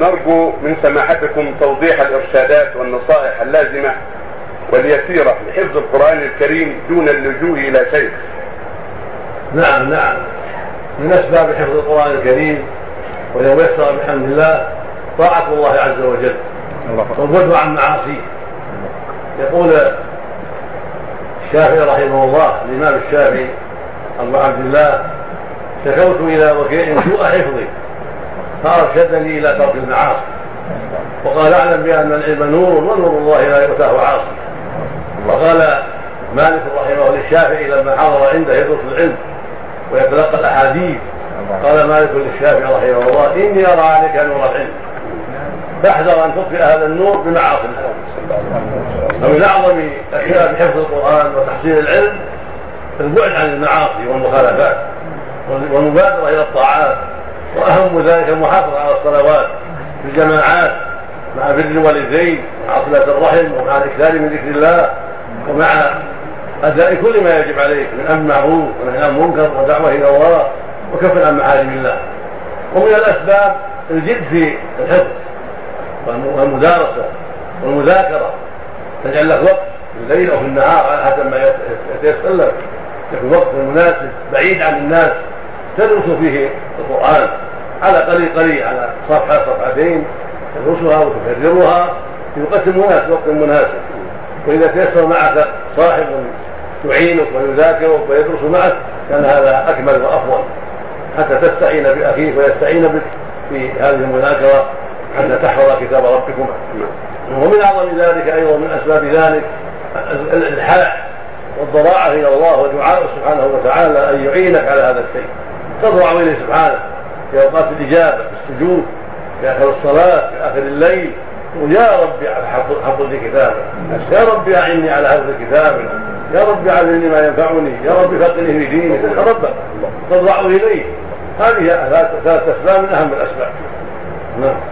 نرجو من سماحتكم توضيح الإرشادات والنصائح اللازمة واليسيرة لحفظ القرآن الكريم دون اللجوء إلى شيخ. نعم من أسباب حفظ القرآن الكريم ولو يسر بحمد الله طاعة الله عز وجل والبعد عن معاصيه. يقول الشافعي رحمه الله الإمام الشافعي أبو عبد الله: شكوت إلى وكيع سوء حفظي فأرشدني إلى ترك المعاصي، وقال: أعلم بأن العلم نور ونور الله لا يؤتاه عاصي. وقال مالك رحمه الله للشافعي لما حضر عنده يدرس العلم ويتلقى الأحاديث، قال مالك للشافعي رحمه الله: إني أرى عليك نور العلم فاحذر أن تطفئ هذا النور بمعاصي الله. ومن أعظم أشياء بحفظ القرآن وتحصيل العلم البعد عن المعاصي والمخالفات والمبادرة إلى الطاعات، وأهم ذلك المحافظة على الصلوات في الجماعات مع بر الوالدين مع صلة الرحم ومع الإكثار من ذكر الله ومع أداء كل ما يجب عليك من أمر معروف ونهي عن منكر ودعوة إلى الله وكف عن محارم الله. ومن الأسباب الجد في الحفظ والمدارسة والمذاكرة، تجعل لك وقت في الليل أو في النهار على حسب ما يتيسر لك، يكون وقت مناسب بعيد عن الناس تدرس فيه القرآن على قليل على صفحة صفحتين تدرسها وتكررها في وقت مناسب وقت مناسب. وإذا تيسر معك صاحب يعينك ويذاكرك ويدرس معك كان هذا أكمل وأفضل، حتى تستعين بأخيك ويستعين بك في هذه المذاكرة حتى تحفظ كتاب ربكما. ومن أعظم ذلك أيضا من أسباب ذلك الإلحاح والضراعة إلى الله ودعاء سبحانه وتعالى أن يعينك على هذا الشيء، تضرع إليه سبحانه في أوقات الإجابة في السجود في آخر الصلاة في آخر الليل: ويا ربي حفظ لي كتابك، يا ربي أعني على حفظ كتابك، يا ربي علمني ما ينفعني، يا ربي فقني في دينك. ربك تضرع إليه. هذه ثلاث أسباب من أهم الأسباب. نعم.